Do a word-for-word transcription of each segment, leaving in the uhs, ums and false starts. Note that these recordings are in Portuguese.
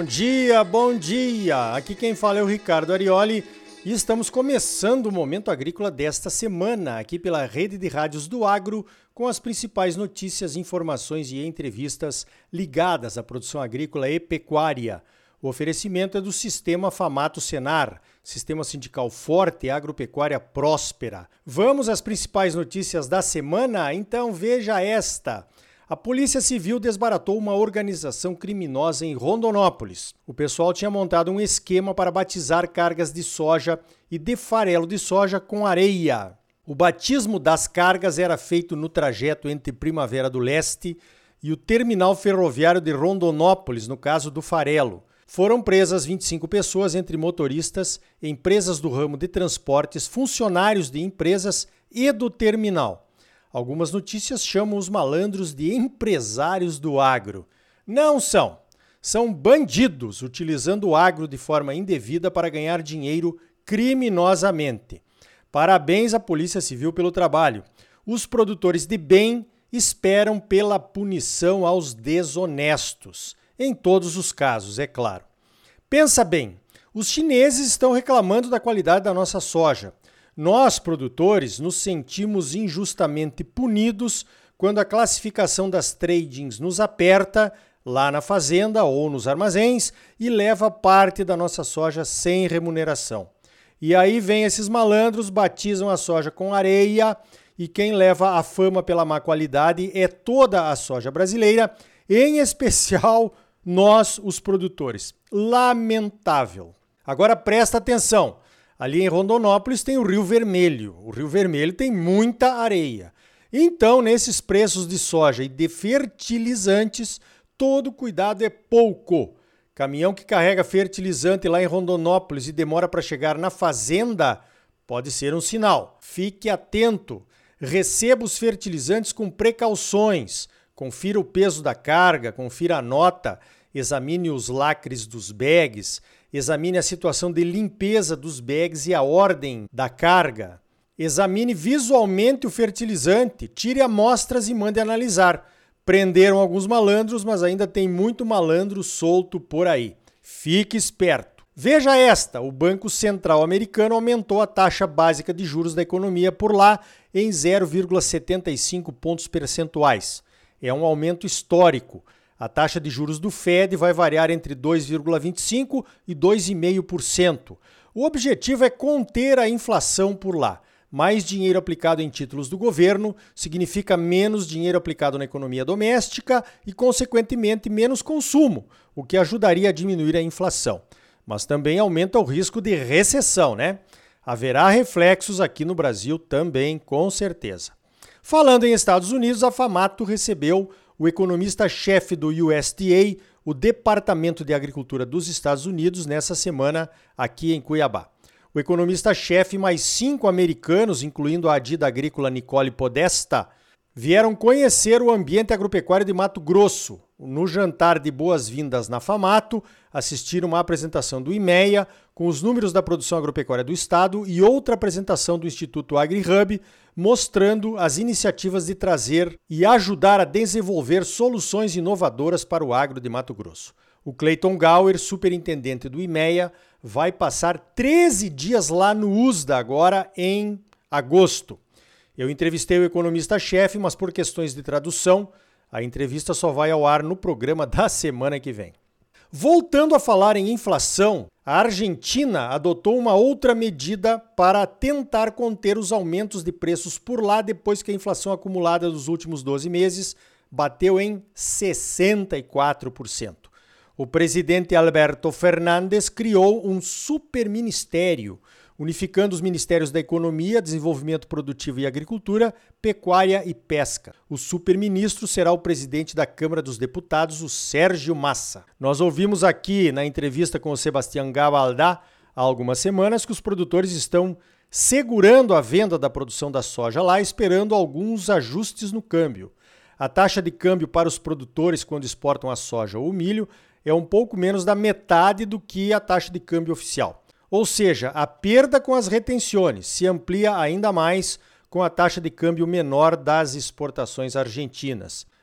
Bom dia, bom dia! Aqui quem fala é o Ricardo Arioli e estamos começando o Momento Agrícola desta semana, aqui pela Rede de Rádios do Agro, com as principais notícias, informações e entrevistas ligadas à produção agrícola e pecuária. O oferecimento é do Sistema Famato Senar, Sistema Sindical Forte e Agropecuária Próspera. Vamos às principais notícias da semana? Então veja esta. A Polícia Civil desbaratou uma organização criminosa em Rondonópolis. O pessoal tinha montado um esquema para batizar cargas de soja e de farelo de soja com areia. O batismo das cargas era feito no trajeto entre Primavera do Leste e o terminal ferroviário de Rondonópolis, no caso do farelo. Foram presas vinte e cinco pessoas, entre motoristas, empresas do ramo de transportes, funcionários de empresas e do terminal. Algumas notícias chamam os malandros de empresários do agro. Não são. São bandidos utilizando o agro de forma indevida para ganhar dinheiro criminosamente. Parabéns à Polícia Civil pelo trabalho. Os produtores de bem esperam pela punição aos desonestos. Em todos os casos, é claro. Pensa bem, os chineses estão reclamando da qualidade da nossa soja. Nós, produtores, nos sentimos injustamente punidos quando a classificação das tradings nos aperta lá na fazenda ou nos armazéns e leva parte da nossa soja sem remuneração. E aí vem esses malandros, batizam a soja com areia e quem leva a fama pela má qualidade é toda a soja brasileira, em especial nós, os produtores. Lamentável. Agora presta atenção. Ali em Rondonópolis tem o Rio Vermelho. O Rio Vermelho tem muita areia. Então, nesses preços de soja e de fertilizantes, todo cuidado é pouco. Caminhão que carrega fertilizante lá em Rondonópolis e demora para chegar na fazenda pode ser um sinal. Fique atento. Receba os fertilizantes com precauções. Confira o peso da carga, confira a nota, examine os lacres dos bags, examine a situação de limpeza dos bags e a ordem da carga. Examine visualmente o fertilizante, tire amostras e mande analisar. Prenderam alguns malandros, mas ainda tem muito malandro solto por aí. Fique esperto. Veja esta, o Banco Central americano aumentou a taxa básica de juros da economia por lá em zero vírgula setenta e cinco pontos percentuais. É um aumento histórico. A taxa de juros do Fed vai variar entre dois vírgula vinte e cinco por cento e dois vírgula cinco por cento. O objetivo é conter a inflação por lá. Mais dinheiro aplicado em títulos do governo significa menos dinheiro aplicado na economia doméstica e, consequentemente, menos consumo, o que ajudaria a diminuir a inflação. Mas também aumenta o risco de recessão, né? Haverá reflexos aqui no Brasil também, com certeza. Falando em Estados Unidos, a Famato recebeu o economista-chefe do U S D A, o Departamento de Agricultura dos Estados Unidos, nessa semana aqui em Cuiabá. O economista-chefe e mais cinco americanos, incluindo a adida agrícola Nicole Podesta, vieram conhecer o ambiente agropecuário de Mato Grosso. No jantar de boas-vindas na Famato, assistiram uma apresentação do IMEA com os números da produção agropecuária do estado e outra apresentação do Instituto AgriHub, mostrando as iniciativas de trazer e ajudar a desenvolver soluções inovadoras para o agro de Mato Grosso. O Clayton Gower, superintendente do IMEA, vai passar treze dias lá no U S D A agora em agosto. Eu entrevistei o economista-chefe, mas por questões de tradução, a entrevista só vai ao ar no programa da semana que vem. Voltando a falar em inflação, a Argentina adotou uma outra medida para tentar conter os aumentos de preços por lá depois que a inflação acumulada dos últimos doze meses bateu em sessenta e quatro por cento. O presidente Alberto Fernandes criou um superministério, unificando os ministérios da Economia, Desenvolvimento Produtivo e Agricultura, Pecuária e Pesca. O superministro será o presidente da Câmara dos Deputados, o Sérgio Massa. Nós ouvimos aqui na entrevista com o Sebastián Gabaldá há algumas semanas que os produtores estão segurando a venda da produção da soja lá, esperando alguns ajustes no câmbio. A taxa de câmbio para os produtores quando exportam a soja ou o milho é um pouco menos da metade do que a taxa de câmbio oficial. Ou seja, a perda com as retenções se amplia ainda mais com a taxa de câmbio menor das exportações argentinas.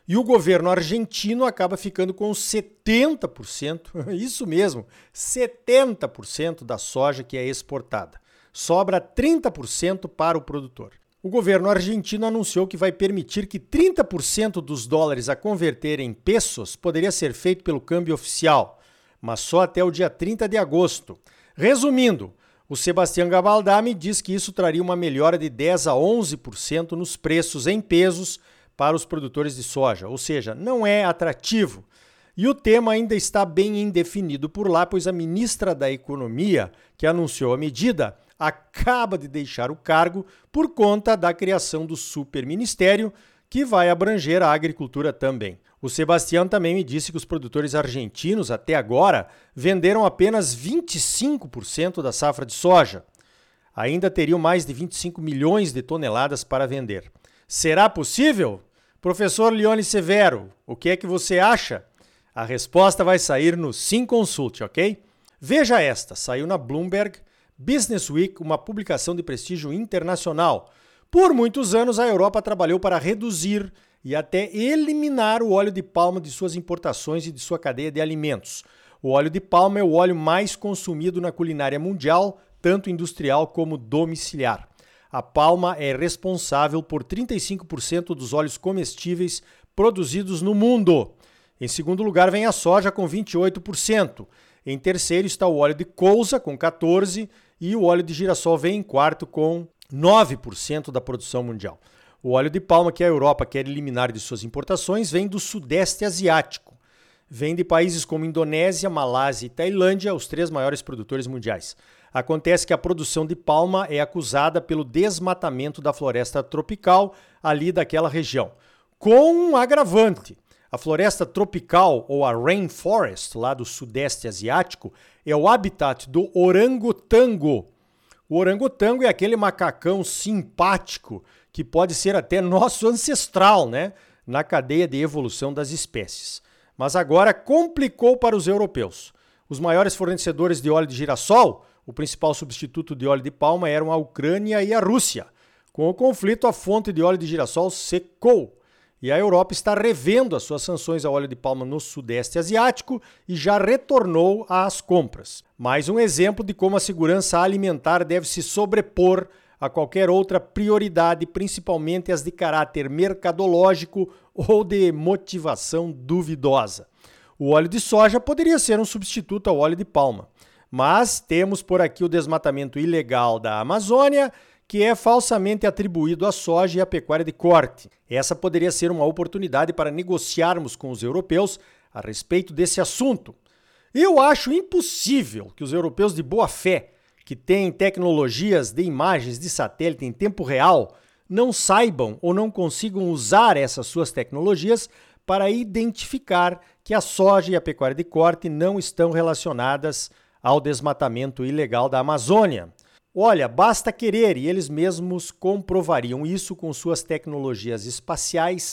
E o governo argentino acaba ficando com setenta por cento, isso mesmo, setenta por cento da soja que é exportada. Sobra trinta por cento para o produtor. O governo argentino anunciou que vai permitir que trinta por cento dos dólares a converter em pesos poderia ser feito pelo câmbio oficial, mas só até o dia trinta de agosto. Resumindo, o Sebastián Gabaldame diz que isso traria uma melhora de dez a onze por cento nos preços em pesos para os produtores de soja, ou seja, não é atrativo. E o tema ainda está bem indefinido por lá, pois a ministra da Economia, que anunciou a medida, acaba de deixar o cargo por conta da criação do superministério, que vai abranger a agricultura também. O Sebastián também me disse que os produtores argentinos, até agora, venderam apenas vinte e cinco por cento da safra de soja. Ainda teriam mais de vinte e cinco milhões de toneladas para vender. Será possível? Professor Leone Severo, o que é que você acha? A resposta vai sair no Sim Consult, ok? Veja esta, saiu na Bloomberg Business Week, uma publicação de prestígio internacional. Por muitos anos, a Europa trabalhou para reduzir e até eliminar o óleo de palma de suas importações e de sua cadeia de alimentos. O óleo de palma é o óleo mais consumido na culinária mundial, tanto industrial como domiciliar. A palma é responsável por trinta e cinco por cento dos óleos comestíveis produzidos no mundo. Em segundo lugar vem a soja com vinte e oito por cento. Em terceiro está o óleo de colza com quatorze por cento e o óleo de girassol vem em quarto com nove por cento da produção mundial. O óleo de palma que a Europa quer eliminar de suas importações vem do Sudeste Asiático. Vem de países como Indonésia, Malásia e Tailândia, os três maiores produtores mundiais. Acontece que a produção de palma é acusada pelo desmatamento da floresta tropical ali daquela região. Com um agravante. A floresta tropical, ou a rainforest, lá do Sudeste Asiático, é o habitat do orangotango. O orangotango é aquele macacão simpático que pode ser até nosso ancestral, né? Na cadeia de evolução das espécies. Mas agora complicou para os europeus. Os maiores fornecedores de óleo de girassol, o principal substituto de óleo de palma, eram a Ucrânia e a Rússia. Com o conflito, a fonte de óleo de girassol secou. E a Europa está revendo as suas sanções ao óleo de palma no Sudeste Asiático e já retornou às compras. Mais um exemplo de como a segurança alimentar deve se sobrepor a qualquer outra prioridade, principalmente as de caráter mercadológico ou de motivação duvidosa. O óleo de soja poderia ser um substituto ao óleo de palma, mas temos por aqui o desmatamento ilegal da Amazônia, que é falsamente atribuído à soja e à pecuária de corte. Essa poderia ser uma oportunidade para negociarmos com os europeus a respeito desse assunto. Eu acho impossível que os europeus de boa fé, que têm tecnologias de imagens de satélite em tempo real, não saibam ou não consigam usar essas suas tecnologias para identificar que a soja e a pecuária de corte não estão relacionadas ao desmatamento ilegal da Amazônia. Olha, basta querer e eles mesmos comprovariam isso com suas tecnologias espaciais,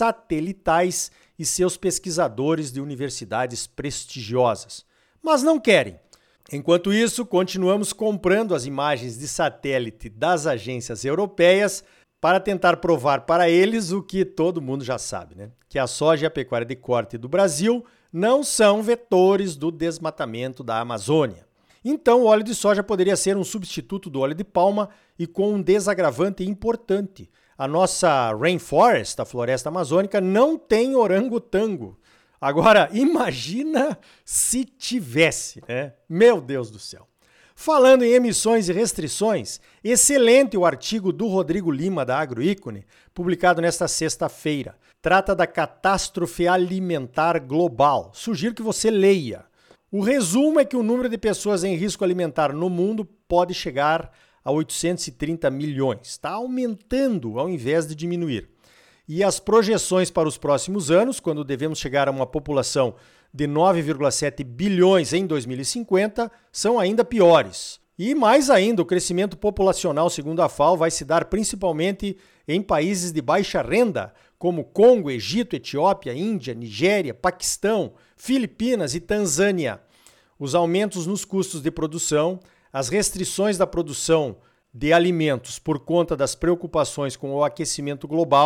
satelitais e seus pesquisadores de universidades prestigiosas. Mas não querem. Enquanto isso, continuamos comprando as imagens de satélite das agências europeias para tentar provar para eles o que todo mundo já sabe, né? Que a soja e a pecuária de corte do Brasil não são vetores do desmatamento da Amazônia. Então, o óleo de soja poderia ser um substituto do óleo de palma e com um desagravante importante. A nossa rainforest, a floresta amazônica, não tem orangotango. Agora, imagina se tivesse, né? Meu Deus do céu. Falando em emissões e restrições, excelente o artigo do Rodrigo Lima, da Agroícone, publicado nesta sexta-feira. Trata da catástrofe alimentar global. Sugiro que você leia. O resumo é que o número de pessoas em risco alimentar no mundo pode chegar a oitocentos e trinta milhões. Está aumentando ao invés de diminuir. E as projeções para os próximos anos, quando devemos chegar a uma população de nove vírgula sete bilhões em dois mil e cinquenta, são ainda piores. E mais ainda, o crescimento populacional, segundo a FAO, vai se dar principalmente em países de baixa renda, como Congo, Egito, Etiópia, Índia, Nigéria, Paquistão, Filipinas e Tanzânia. Os aumentos nos custos de produção, as restrições da produção de alimentos por conta das preocupações com o aquecimento global,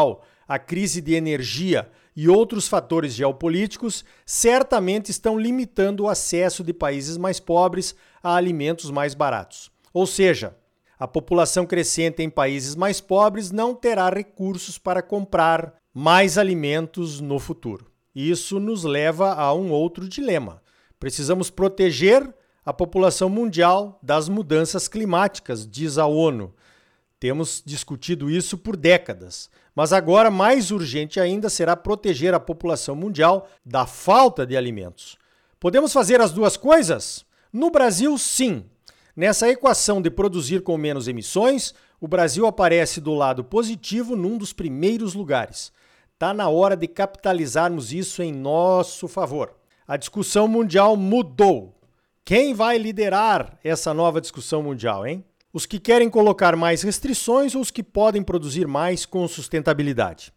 a crise de energia e outros fatores geopolíticos certamente estão limitando o acesso de países mais pobres a alimentos mais baratos. Ou seja, a população crescente em países mais pobres não terá recursos para comprar mais alimentos no futuro. Isso nos leva a um outro dilema. Precisamos proteger a população mundial das mudanças climáticas, diz a ONU. Temos discutido isso por décadas, mas agora mais urgente ainda será proteger a população mundial da falta de alimentos. Podemos fazer as duas coisas? No Brasil, sim. Nessa equação de produzir com menos emissões, o Brasil aparece do lado positivo num dos primeiros lugares. Está na hora de capitalizarmos isso em nosso favor. A discussão mundial mudou. Quem vai liderar essa nova discussão mundial, hein? Os que querem colocar mais restrições ou os que podem produzir mais com sustentabilidade?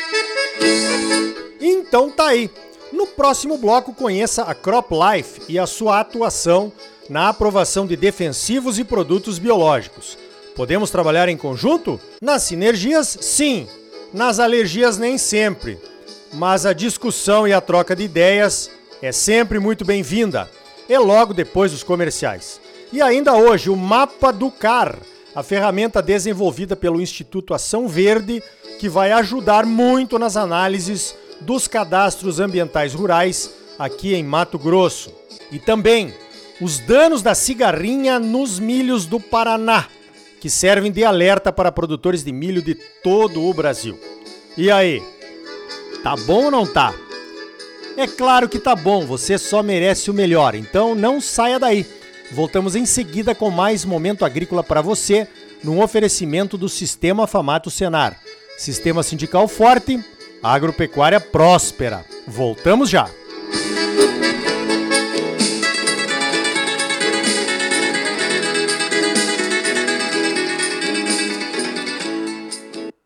Então tá aí. No próximo bloco, conheça a CropLife e a sua atuação na aprovação de defensivos e produtos biológicos. Podemos trabalhar em conjunto? Nas sinergias, sim. Nas alergias, nem sempre. Mas a discussão e a troca de ideias é sempre muito bem-vinda. É logo depois dos comerciais. E ainda hoje, o Mapa do C A R, a ferramenta desenvolvida pelo Instituto Ação Verde, que vai ajudar muito nas análises dos cadastros ambientais rurais aqui em Mato Grosso. E também os danos da cigarrinha nos milhos do Paraná, que servem de alerta para produtores de milho de todo o Brasil. E aí, tá bom ou não tá? É claro que tá bom, você só merece o melhor, então não saia daí. Voltamos em seguida com mais Momento Agrícola para você, num oferecimento do Sistema Famato Senar. Sistema sindical forte, agropecuária próspera. Voltamos já!